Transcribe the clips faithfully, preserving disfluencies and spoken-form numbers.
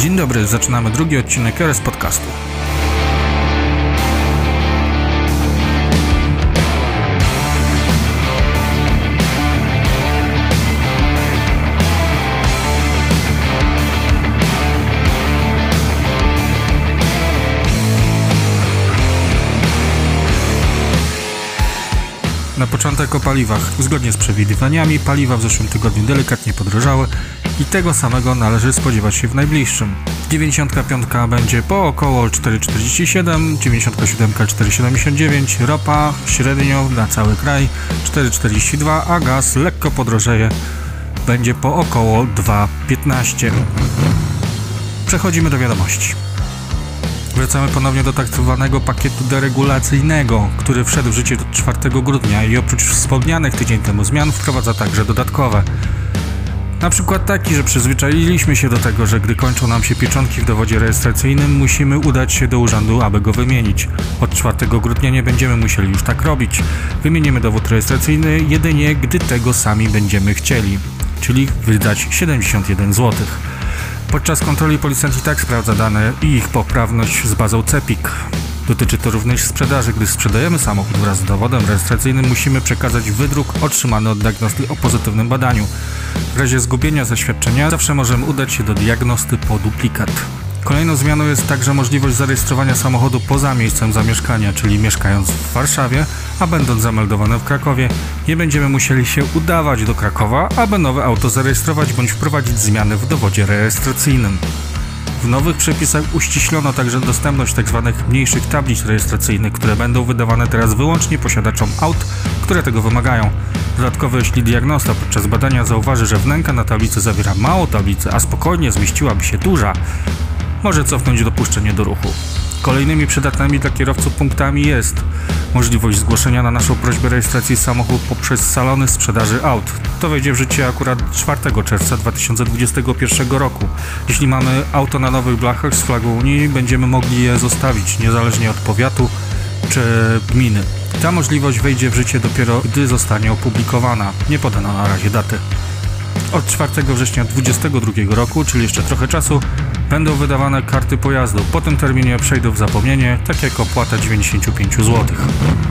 Dzień dobry, zaczynamy drugi odcinek R S Podcastu. Na początek o paliwach. Zgodnie z przewidywaniami paliwa w zeszłym tygodniu delikatnie podrożały i tego samego należy spodziewać się w najbliższym. dziewięćdziesiątka piątka będzie po około cztery czterdzieści siedem, dziewięćdziesiątka siódemka cztery siedemdziesiąt dziewięć, ropa średnio na cały kraj cztery czterdzieści dwa, a gaz lekko podrożeje, będzie po około dwa piętnaście. Przechodzimy do wiadomości. Wracamy ponownie do tak zwanego pakietu deregulacyjnego, który wszedł w życie czwartego grudnia i oprócz wspomnianych tydzień temu zmian wprowadza także dodatkowe. Na przykład taki, że przyzwyczailiśmy się do tego, że gdy kończą nam się pieczątki w dowodzie rejestracyjnym, musimy udać się do urzędu, aby go wymienić. Od czwartego grudnia nie będziemy musieli już tak robić. Wymienimy dowód rejestracyjny jedynie, gdy tego sami będziemy chcieli, czyli wydać siedemdziesiąt jeden złotych. Podczas kontroli policjant i tak sprawdza dane i ich poprawność z bazą CEPiK. Dotyczy to również sprzedaży. Gdy sprzedajemy samochód wraz z dowodem rejestracyjnym, musimy przekazać wydruk otrzymany od diagnosty o pozytywnym badaniu. W razie zgubienia zaświadczenia zawsze możemy udać się do diagnosty po duplikat. Kolejną zmianą jest także możliwość zarejestrowania samochodu poza miejscem zamieszkania, czyli mieszkając w Warszawie, a będąc zameldowanym w Krakowie, nie będziemy musieli się udawać do Krakowa, aby nowe auto zarejestrować bądź wprowadzić zmiany w dowodzie rejestracyjnym. W nowych przepisach uściślono także dostępność tzw. mniejszych tablic rejestracyjnych, które będą wydawane teraz wyłącznie posiadaczom aut, które tego wymagają. Dodatkowo, jeśli diagnosta podczas badania zauważy, że wnęka na tablicy zawiera mało tablicy, a spokojnie zmieściłaby się duża, może cofnąć dopuszczenie do ruchu. Kolejnymi przydatnymi dla kierowców punktami jest możliwość zgłoszenia na naszą prośbę rejestracji samochodu poprzez salony sprzedaży aut. To wejdzie w życie akurat czwartego czerwca dwa tysiące dwudziestego pierwszego roku. Jeśli mamy auto na nowych blachach z flagą Unii, będziemy mogli je zostawić, niezależnie od powiatu czy gminy. Ta możliwość wejdzie w życie dopiero, gdy zostanie opublikowana. Nie podano na razie daty. Od czwartego września dwudziestego drugiego roku, czyli jeszcze trochę czasu, będą wydawane karty pojazdu. Po tym terminie przejdą w zapomnienie, tak jak opłata dziewięćdziesiąt pięć złotych.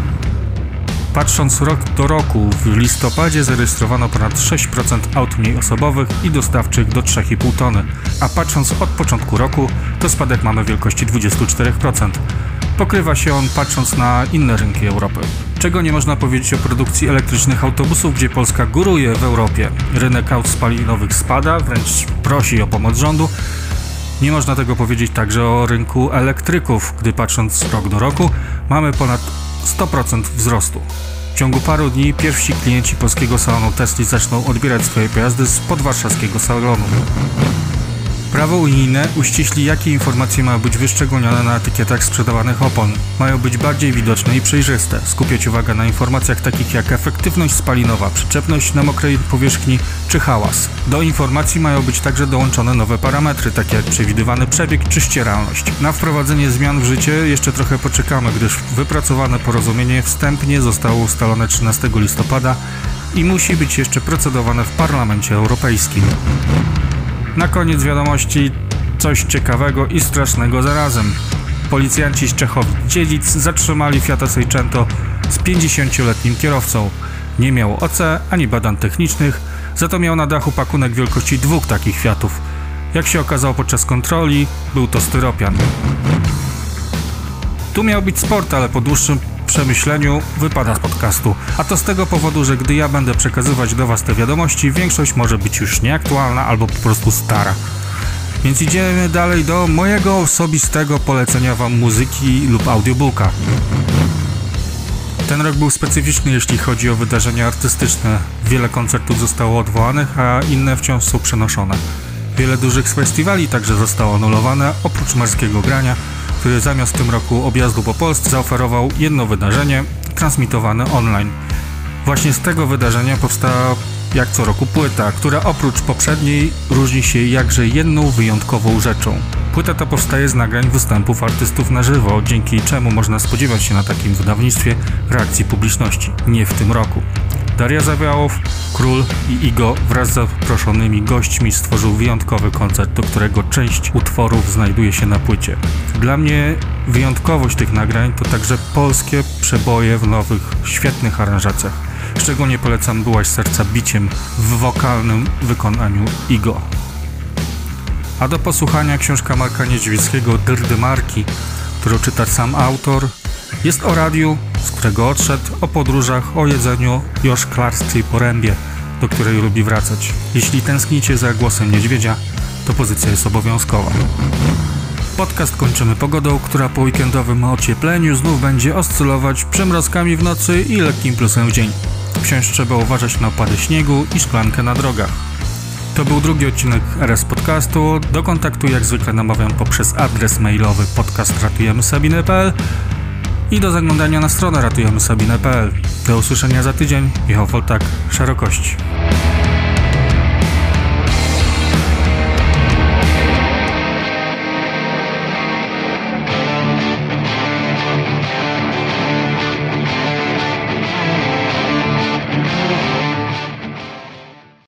Patrząc rok do roku, w listopadzie zarejestrowano ponad sześć procent aut mniej osobowych i dostawczych do trzy i pół tony, a patrząc od początku roku, to spadek mamy wielkości dwadzieścia cztery procent. Pokrywa się on patrząc na inne rynki Europy. Czego nie można powiedzieć o produkcji elektrycznych autobusów, gdzie Polska góruje w Europie. Rynek aut spalinowych spada, wręcz prosi o pomoc rządu. Nie można tego powiedzieć także o rynku elektryków, gdy patrząc rok do roku mamy ponad sto procent wzrostu. W ciągu paru dni pierwsi klienci polskiego salonu Tesli zaczną odbierać swoje pojazdy z podwarszawskiego salonu. Prawo unijne uściśli, jakie informacje mają być wyszczególnione na etykietach sprzedawanych opon. Mają być bardziej widoczne i przejrzyste, skupiać uwagę na informacjach takich jak efektywność spalinowa, przyczepność na mokrej powierzchni czy hałas. Do informacji mają być także dołączone nowe parametry, takie jak przewidywany przebieg czy ścieralność. Na wprowadzenie zmian w życie jeszcze trochę poczekamy, gdyż wypracowane porozumienie wstępnie zostało ustalone trzynastego listopada i musi być jeszcze procedowane w Parlamencie Europejskim. Na koniec wiadomości coś ciekawego i strasznego zarazem. Policjanci z Czechowic-Dziedzic zatrzymali Fiata Seicento z pięćdziesięcioletnim kierowcą. Nie miał O C ani badań technicznych, za to miał na dachu pakunek wielkości dwóch takich Fiatów. Jak się okazało podczas kontroli, był to styropian. Tu miał być sport, ale po dłuższym przemyśleniu wypada z podcastu. A to z tego powodu, że gdy ja będę przekazywać do Was te wiadomości, większość może być już nieaktualna albo po prostu stara. Więc idziemy dalej do mojego osobistego polecenia Wam muzyki lub audiobooka. Ten rok był specyficzny, jeśli chodzi o wydarzenia artystyczne. Wiele koncertów zostało odwołanych, a inne wciąż są przenoszone. Wiele dużych festiwali także zostało anulowane, oprócz Morskiego Grania, który zamiast w tym roku objazdu po Polsce zaoferował jedno wydarzenie transmitowane online. Właśnie z tego wydarzenia powstała jak co roku płyta, która oprócz poprzedniej różni się jakże jedną wyjątkową rzeczą. Płyta ta powstaje z nagrań występów artystów na żywo, dzięki czemu można spodziewać się na takim wydawnictwie reakcji publiczności. Nie w tym roku. Daria Zawiałow, Król i Igo wraz z zaproszonymi gośćmi stworzył wyjątkowy koncert, do którego część utworów znajduje się na płycie. Dla mnie wyjątkowość tych nagrań to także polskie przeboje w nowych, świetnych aranżacjach. Szczególnie polecam Byłaś serca biciem w wokalnym wykonaniu Igo. A do posłuchania książka Marka Niedźwieckiego Dyrdymarki, którą czyta sam autor. Jest o radiu, z którego odszedł, o podróżach, o jedzeniu i o szklarskiej porębie, do której lubi wracać. Jeśli tęsknicie za głosem niedźwiedzia, to pozycja jest obowiązkowa. Podcast kończymy pogodą, która po weekendowym ociepleniu znów będzie oscylować przymrozkami w nocy i lekkim plusem w dzień. Wciąż trzeba uważać na opady śniegu i szklankę na drogach. To był drugi odcinek R S Podcastu. Do kontaktu jak zwykle namawiam poprzez adres mailowy podcast ratujemy sabinę kropka p l i do zaglądania na stronę ratujemy sabinę kropka p l. Do usłyszenia za tydzień. Michał Foltak, Szerokości.